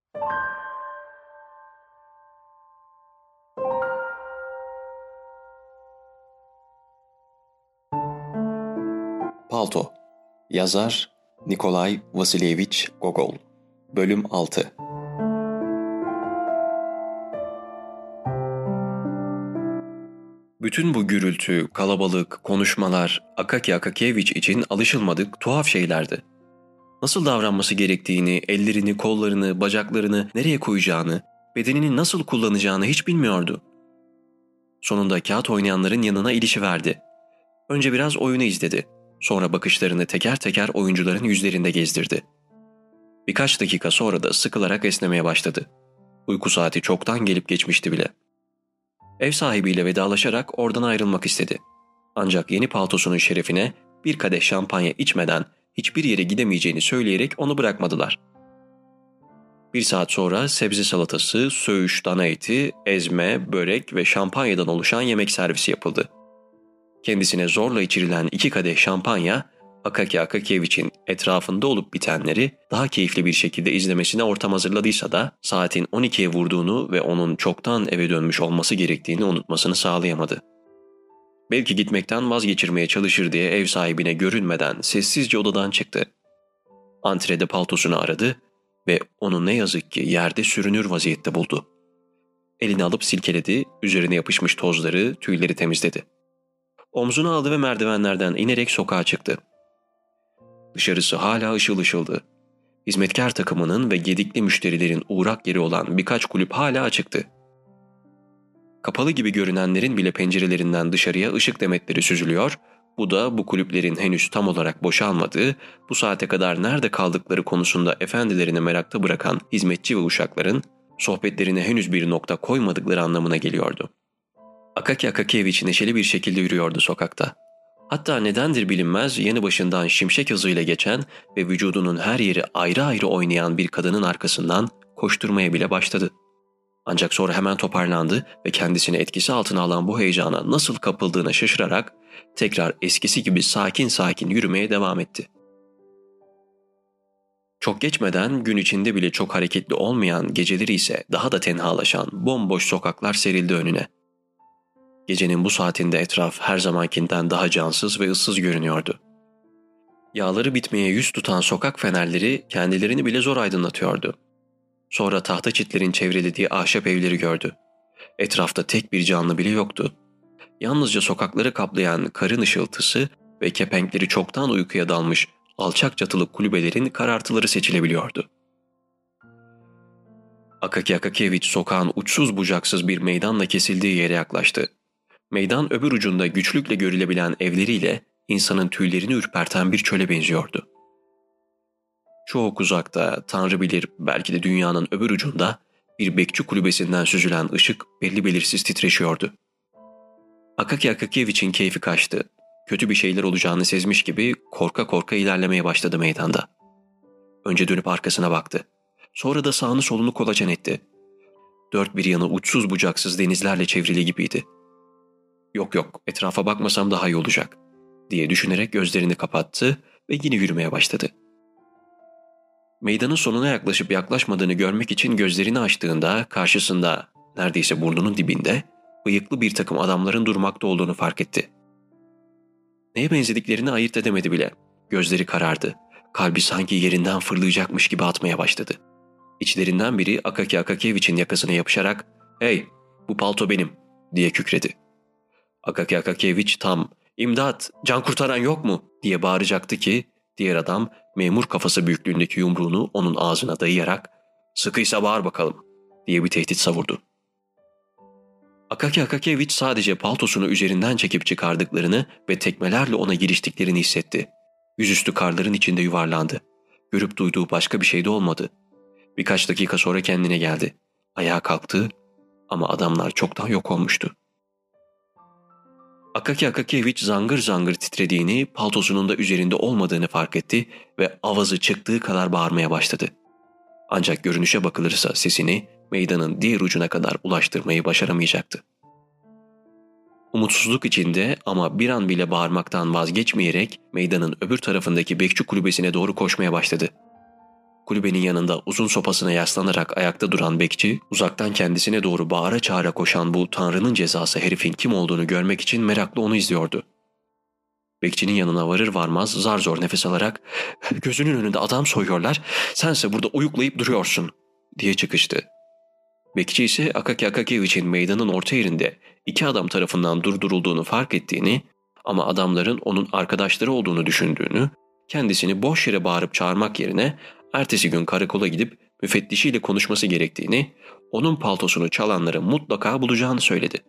Palto. Yazar Nikolay Vasilyevich Gogol. Bölüm 6. Bütün bu gürültü, kalabalık, konuşmalar Akaki Akakiyevich için alışılmadık tuhaf şeylerdi. Nasıl davranması gerektiğini, ellerini, kollarını, bacaklarını nereye koyacağını, bedenini nasıl kullanacağını hiç bilmiyordu. Sonunda kağıt oynayanların yanına ilişiverdi. Önce biraz oyunu izledi. Sonra bakışlarını teker teker oyuncuların yüzlerinde gezdirdi. Birkaç dakika sonra da sıkılarak esnemeye başladı. Uyku saati çoktan gelip geçmişti bile. Ev sahibiyle vedalaşarak oradan ayrılmak istedi. Ancak yeni paltosunun şerefine bir kadeh şampanya içmeden hiçbir yere gidemeyeceğini söyleyerek onu bırakmadılar. Bir saat sonra sebze salatası, söğüş, dana eti, ezme, börek ve şampanyadan oluşan yemek servisi yapıldı. Kendisine zorla içirilen 2 kadeh şampanya, Akaki Akakiyevich'in etrafında olup bitenleri daha keyifli bir şekilde izlemesine ortam hazırladıysa da saatin 12'ye vurduğunu ve onun çoktan eve dönmüş olması gerektiğini unutmasını sağlayamadı. Belki gitmekten vazgeçirmeye çalışır diye ev sahibine görünmeden sessizce odadan çıktı. Antrede paltosunu aradı ve onu ne yazık ki yerde sürünür vaziyette buldu. Elini alıp silkeledi, üzerine yapışmış tozları, tüyleri temizledi. Omzuna aldı ve merdivenlerden inerek sokağa çıktı. Dışarısı hala ışıl ışıldı. Hizmetkar takımının ve gedikli müşterilerin uğrak yeri olan birkaç kulüp hala açıktı. Kapalı gibi görünenlerin bile pencerelerinden dışarıya ışık demetleri süzülüyor, bu da bu kulüplerin henüz tam olarak boşalmadığı, bu saate kadar nerede kaldıkları konusunda efendilerini merakta bırakan hizmetçi ve uşakların sohbetlerine henüz bir nokta koymadıkları anlamına geliyordu. Akaki Akakiyevich neşeli bir şekilde yürüyordu sokakta. Hatta nedendir bilinmez yanı başından şimşek hızıyla geçen ve vücudunun her yeri ayrı ayrı oynayan bir kadının arkasından koşturmaya bile başladı. Ancak sonra hemen toparlandı ve kendisini etkisi altına alan bu heyecana nasıl kapıldığına şaşırarak tekrar eskisi gibi sakin sakin yürümeye devam etti. Çok geçmeden gün içinde bile çok hareketli olmayan, geceleri ise daha da tenhalaşan bomboş sokaklar serildi önüne. Gecenin bu saatinde etraf her zamankinden daha cansız ve ıssız görünüyordu. Yağları bitmeye yüz tutan sokak fenerleri kendilerini bile zor aydınlatıyordu. Sonra tahta çitlerin çevrelediği ahşap evleri gördü. Etrafta tek bir canlı bile yoktu. Yalnızca sokakları kaplayan karın ışıltısı ve kepenkleri çoktan uykuya dalmış alçak çatılı kulübelerin karartıları seçilebiliyordu. Akaki Akakiyevich sokağın uçsuz bucaksız bir meydanla kesildiği yere yaklaştı. Meydan öbür ucunda güçlükle görülebilen evleriyle insanın tüylerini ürperten bir çöle benziyordu. Çok uzakta, Tanrı bilir belki de dünyanın öbür ucunda bir bekçi kulübesinden süzülen ışık belli belirsiz titreşiyordu. Akaki Akakiyevich'in keyfi kaçtı. Kötü bir şeyler olacağını sezmiş gibi korka korka ilerlemeye başladı meydanda. Önce dönüp arkasına baktı. Sonra da sağını solunu kolaçan etti. Dört bir yanı uçsuz bucaksız denizlerle çevrili gibiydi. Yok etrafa bakmasam daha iyi olacak diye düşünerek gözlerini kapattı ve yine yürümeye başladı. Meydanın sonuna yaklaşıp yaklaşmadığını görmek için gözlerini açtığında karşısında neredeyse burnunun dibinde bıyıklı bir takım adamların durmakta olduğunu fark etti. Neye benzediklerini ayırt edemedi bile. Gözleri karardı. Kalbi sanki yerinden fırlayacakmış gibi atmaya başladı. İçlerinden biri Akaki Akakiyevich'in yakasına yapışarak "Hey, bu palto benim," diye kükredi. Akaki Akakiyevich tam "İmdat, can kurtaran yok mu?" diye bağıracaktı ki diğer adam memur kafası büyüklüğündeki yumruğunu onun ağzına dayayarak "Sıkıysa bağır bakalım," diye bir tehdit savurdu. Akaki Akakiyevich sadece paltosunu üzerinden çekip çıkardıklarını ve tekmelerle ona giriştiklerini hissetti. Yüzüstü karların içinde yuvarlandı. Görüp duyduğu başka bir şey de olmadı. Birkaç dakika sonra kendine geldi. Ayağa kalktı ama adamlar çoktan yok olmuştu. Akaki Akakiyevich zangır zangır titrediğini, paltosunun da üzerinde olmadığını fark etti ve avazı çıktığı kadar bağırmaya başladı. Ancak görünüşe bakılırsa sesini meydanın diğer ucuna kadar ulaştırmayı başaramayacaktı. Umutsuzluk içinde ama bir an bile bağırmaktan vazgeçmeyerek meydanın öbür tarafındaki bekçi kulübesine doğru koşmaya başladı. Kulübenin yanında uzun sopasına yaslanarak ayakta duran bekçi, uzaktan kendisine doğru bağıra çağıra koşan bu Tanrı'nın cezası herifin kim olduğunu görmek için merakla onu izliyordu. Bekçinin yanına varır varmaz zar zor nefes alarak "Gözünün önünde adam soyuyorlar, sense burada uyuklayıp duruyorsun," diye çıkıştı. Bekçi ise Akaki Akakiyeviç'in meydanın orta yerinde iki adam tarafından durdurulduğunu fark ettiğini ama adamların onun arkadaşları olduğunu düşündüğünü, kendisini boş yere bağırıp çağırmak yerine ertesi gün karakola gidip müfettişiyle konuşması gerektiğini, onun paltosunu çalanları mutlaka bulacağını söyledi.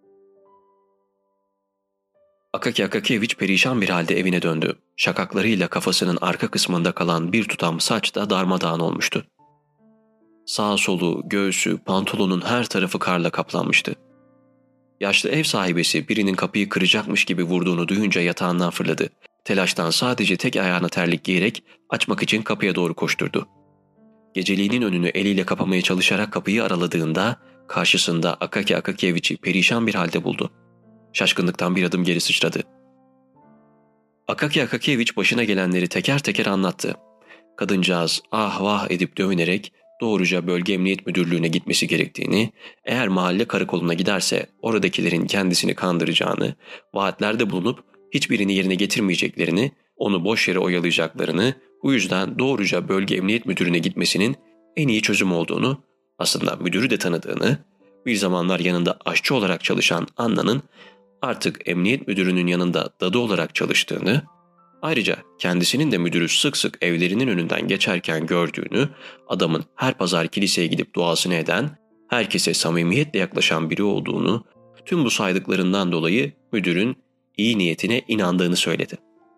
Akaki Akakiyeviç perişan bir halde evine döndü. Şakaklarıyla kafasının arka kısmında kalan bir tutam saç da darmadağın olmuştu. Sağ solu, göğsü, pantolonun her tarafı karla kaplanmıştı. Yaşlı ev sahibesi birinin kapıyı kıracakmış gibi vurduğunu duyunca yatağından fırladı. Telaştan sadece tek ayağına terlik giyerek açmak için kapıya doğru koşturdu. Geceliğinin önünü eliyle kapamaya çalışarak kapıyı araladığında karşısında Akaki Akakiyeviç'i perişan bir halde buldu. Şaşkınlıktan bir adım geri sıçradı. Akaki Akakiyeviç başına gelenleri teker teker anlattı. Kadıncağız ah vah edip dövünerek doğruca bölge emniyet müdürlüğüne gitmesi gerektiğini, eğer mahalle karakoluna giderse oradakilerin kendisini kandıracağını, vaatlerde bulunup hiçbirini yerine getirmeyeceklerini, onu boş yere oyalayacaklarını, bu yüzden doğruca bölge emniyet müdürüne gitmesinin en iyi çözüm olduğunu, aslında müdürü de tanıdığını, bir zamanlar yanında aşçı olarak çalışan Anna'nın artık emniyet müdürünün yanında dadı olarak çalıştığını, ayrıca kendisinin de müdürü sık sık evlerinin önünden geçerken gördüğünü, adamın her pazar kiliseye gidip duasını eden, herkese samimiyetle yaklaşan biri olduğunu, tüm bu saydıklarından dolayı müdürün iyi niyetine inandığını söyledi.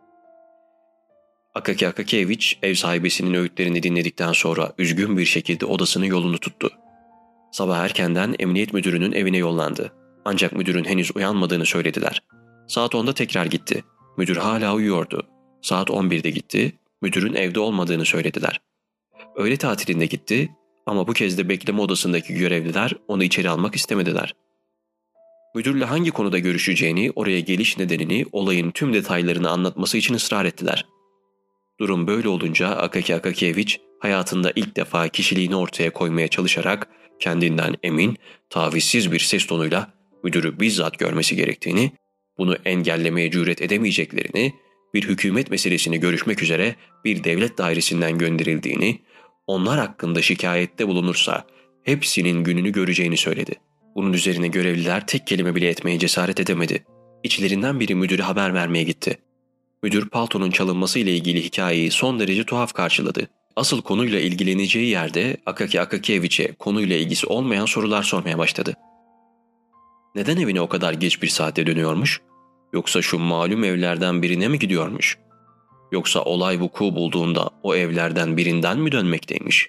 Akaki Akakiyeviç ev sahibesinin öğütlerini dinledikten sonra üzgün bir şekilde odasının yolunu tuttu. Sabah erkenden emniyet müdürünün evine yollandı. Ancak müdürün henüz uyanmadığını söylediler. Saat 10'da tekrar gitti. Müdür hala uyuyordu. Saat 11'de gitti. Müdürün evde olmadığını söylediler. Öğle tatilinde gitti ama bu kez de bekleme odasındaki görevliler onu içeri almak istemediler. Müdürle hangi konuda görüşeceğini, oraya geliş nedenini, olayın tüm detaylarını anlatması için ısrar ettiler. Durum böyle olunca Akaki Akakiyeviç hayatında ilk defa kişiliğini ortaya koymaya çalışarak kendinden emin, tavizsiz bir ses tonuyla müdürü bizzat görmesi gerektiğini, bunu engellemeye cüret edemeyeceklerini, bir hükümet meselesini görüşmek üzere bir devlet dairesinden gönderildiğini, onlar hakkında şikayette bulunursa hepsinin gününü göreceğini söyledi. Bunun üzerine görevliler tek kelime bile etmeye cesaret edemedi. İçlerinden biri müdüre haber vermeye gitti. Müdür paltonun çalınması ile ilgili hikayeyi son derece tuhaf karşıladı. Asıl konuyla ilgileneceği yerde Akaki Akakiyeviç'e konuyla ilgisi olmayan sorular sormaya başladı. Neden evine o kadar geç bir saatte dönüyormuş? Yoksa şu malum evlerden birine mi gidiyormuş? Yoksa olay vuku bulduğunda o evlerden birinden mi dönmekteymiş?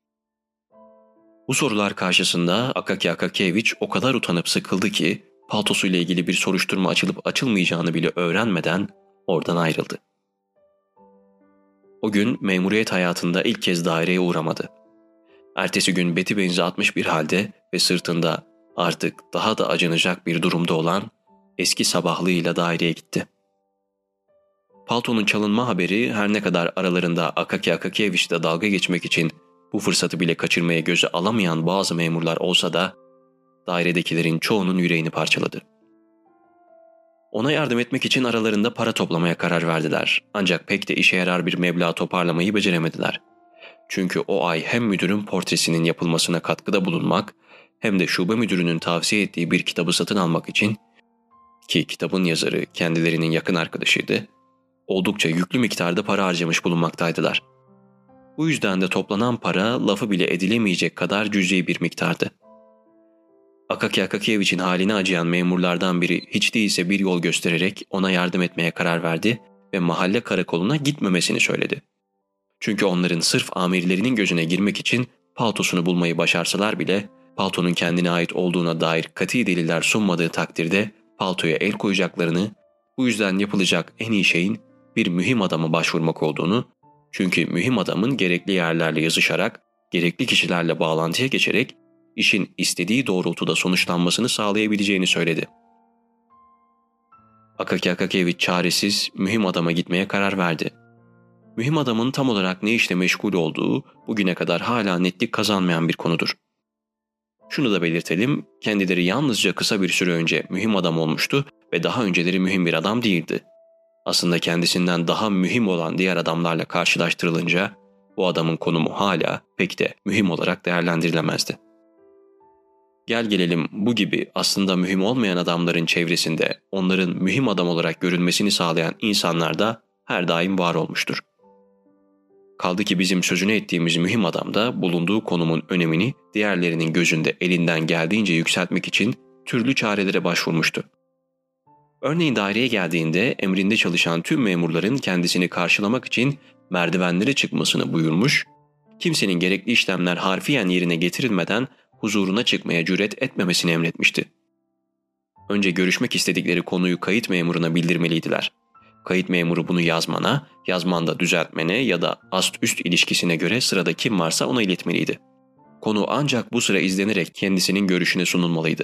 Bu sorular karşısında Akaki Akakiyeviç o kadar utanıp sıkıldı ki paltosuyla ilgili bir soruşturma açılıp açılmayacağını bile öğrenmeden oradan ayrıldı. O gün memuriyet hayatında ilk kez daireye uğramadı. Ertesi gün beti benzi atmış bir halde ve sırtında artık daha da acınacak bir durumda olan eski sabahlığıyla daireye gitti. Paltonun çalınma haberi her ne kadar aralarında Akaki Akakiyeviç'le dalga geçmek için bu fırsatı bile kaçırmaya göze alamayan bazı memurlar olsa da dairedekilerin çoğunun yüreğini parçaladı. Ona yardım etmek için aralarında para toplamaya karar verdiler. Ancak pek de işe yarar bir meblağ toparlamayı beceremediler. Çünkü o ay hem müdürün portresinin yapılmasına katkıda bulunmak hem de şube müdürünün tavsiye ettiği bir kitabı satın almak için, ki kitabın yazarı kendilerinin yakın arkadaşıydı, oldukça yüklü miktarda para harcamış bulunmaktaydılar. Bu yüzden de toplanan para lafı bile edilemeyecek kadar cüzi bir miktardı. Akaki Akakiyeviç'in haline acıyan memurlardan biri hiç değilse bir yol göstererek ona yardım etmeye karar verdi ve mahalle karakoluna gitmemesini söyledi. Çünkü onların sırf amirlerinin gözüne girmek için paltosunu bulmayı başarsalar bile paltonun kendine ait olduğuna dair kati deliller sunmadığı takdirde paltoya el koyacaklarını, bu yüzden yapılacak en iyi şeyin bir mühim adama başvurmak olduğunu, çünkü mühim adamın gerekli yerlerle yazışarak, gerekli kişilerle bağlantıya geçerek işin istediği doğrultuda sonuçlanmasını sağlayabileceğini söyledi. Akaki Akakiyeviç çaresiz mühim adama gitmeye karar verdi. Mühim adamın tam olarak ne işle meşgul olduğu bugüne kadar hala netlik kazanmayan bir konudur. Şunu da belirtelim, kendileri yalnızca kısa bir süre önce mühim adam olmuştu ve daha önceleri mühim bir adam değildi. Aslında kendisinden daha mühim olan diğer adamlarla karşılaştırılınca bu adamın konumu hala pek de mühim olarak değerlendirilemezdi. Gel gelelim bu gibi aslında mühim olmayan adamların çevresinde onların mühim adam olarak görülmesini sağlayan insanlar da her daim var olmuştur. Kaldı ki bizim sözünü ettiğimiz mühim adam da bulunduğu konumun önemini diğerlerinin gözünde elinden geldiğince yükseltmek için türlü çarelere başvurmuştu. Örneğin daireye geldiğinde emrinde çalışan tüm memurların kendisini karşılamak için merdivenlere çıkmasını buyurmuş, kimsenin gerekli işlemler harfiyen yerine getirilmeden huzuruna çıkmaya cüret etmemesini emretmişti. Önce görüşmek istedikleri konuyu kayıt memuruna bildirmeliydiler. Kayıt memuru bunu yazmana, yazmanda düzeltmene ya da ast-üst ilişkisine göre sırada kim varsa ona iletmeliydi. Konu ancak bu sıra izlenerek kendisinin görüşüne sunulmalıydı.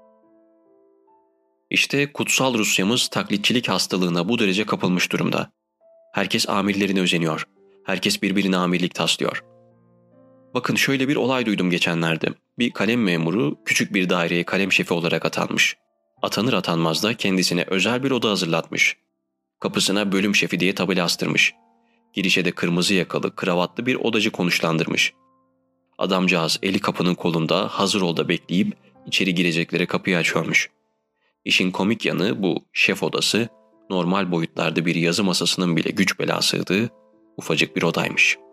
İşte kutsal Rusya'mız taklitçilik hastalığına bu derece kapılmış durumda. Herkes amirlerine özeniyor. Herkes birbirine amirlik taslıyor. Bakın şöyle bir olay duydum geçenlerde. Bir kalem memuru küçük bir daireye kalem şefi olarak atanmış. Atanır atanmaz da kendisine özel bir oda hazırlatmış. Kapısına bölüm şefi diye tabela astırmış. Girişe de kırmızı yakalı, kravatlı bir odacı konuşlandırmış. Adamcağız eli kapının kolunda hazır ol da bekleyip içeri gireceklere kapıyı açıyormuş. İşin komik yanı bu şef odası normal boyutlarda bir yazı masasının bile güç bela sığdığı ufacık bir odaymış.